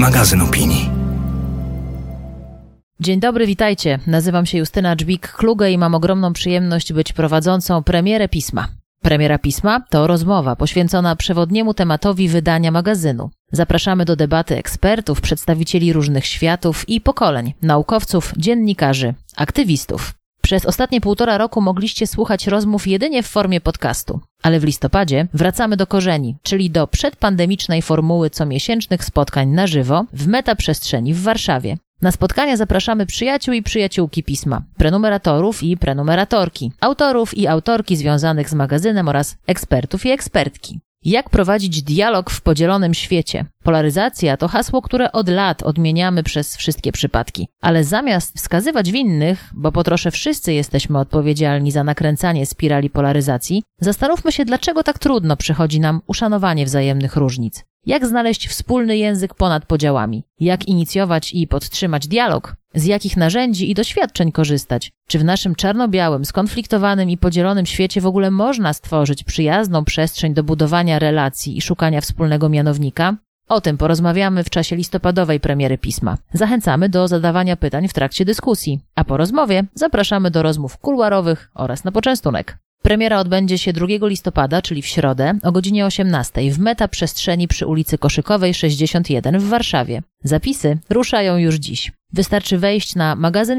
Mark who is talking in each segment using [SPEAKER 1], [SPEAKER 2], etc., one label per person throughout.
[SPEAKER 1] Magazyn opinii.
[SPEAKER 2] Dzień dobry, witajcie. Nazywam się Justyna Dżbik-Kluge i mam ogromną przyjemność być prowadzącą premierę pisma. Premiera pisma to rozmowa poświęcona przewodniemu tematowi wydania magazynu. Zapraszamy do debaty ekspertów, przedstawicieli różnych światów i pokoleń, naukowców, dziennikarzy, aktywistów. Przez ostatnie 1,5 roku mogliście słuchać rozmów jedynie w formie podcastu, ale w listopadzie wracamy do korzeni, czyli do przedpandemicznej formuły comiesięcznych spotkań na żywo w Metaprzestrzeni w Warszawie. Na spotkania zapraszamy przyjaciół i przyjaciółki pisma, prenumeratorów i prenumeratorki, autorów i autorki związanych z magazynem oraz ekspertów i ekspertki. Jak prowadzić dialog w podzielonym świecie? Polaryzacja to hasło, które od lat odmieniamy przez wszystkie przypadki. Ale zamiast wskazywać winnych, bo po trosze wszyscy jesteśmy odpowiedzialni za nakręcanie spirali polaryzacji, zastanówmy się, dlaczego tak trudno przychodzi nam uszanowanie wzajemnych różnic. Jak znaleźć wspólny język ponad podziałami? Jak inicjować i podtrzymać dialog? Z jakich narzędzi i doświadczeń korzystać? Czy w naszym czarno-białym, skonfliktowanym i podzielonym świecie w ogóle można stworzyć przyjazną przestrzeń do budowania relacji i szukania wspólnego mianownika? O tym porozmawiamy w czasie listopadowej premiery pisma. Zachęcamy do zadawania pytań w trakcie dyskusji, a po rozmowie zapraszamy do rozmów kuluarowych oraz na poczęstunek. Premiera odbędzie się 2 listopada, czyli w środę, o godzinie 18 w Metaprzestrzeni przy ulicy Koszykowej 61 w Warszawie. Zapisy ruszają już dziś. Wystarczy wejść na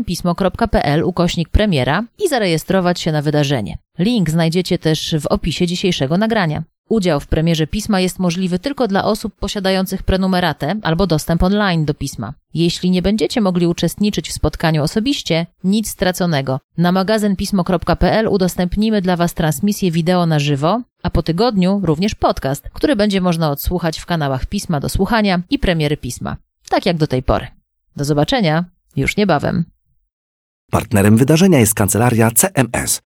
[SPEAKER 2] magazynpismo.pl/premiera i zarejestrować się na wydarzenie. Link znajdziecie też w opisie dzisiejszego nagrania. Udział w premierze pisma jest możliwy tylko dla osób posiadających prenumeratę albo dostęp online do pisma. Jeśli nie będziecie mogli uczestniczyć w spotkaniu osobiście, nic straconego. Na magazynpismo.pl udostępnimy dla Was transmisję wideo na żywo, a po tygodniu również podcast, który będzie można odsłuchać w kanałach pisma do słuchania i premiery pisma. Tak jak do tej pory. Do zobaczenia już niebawem.
[SPEAKER 1] Partnerem wydarzenia jest kancelaria CMS.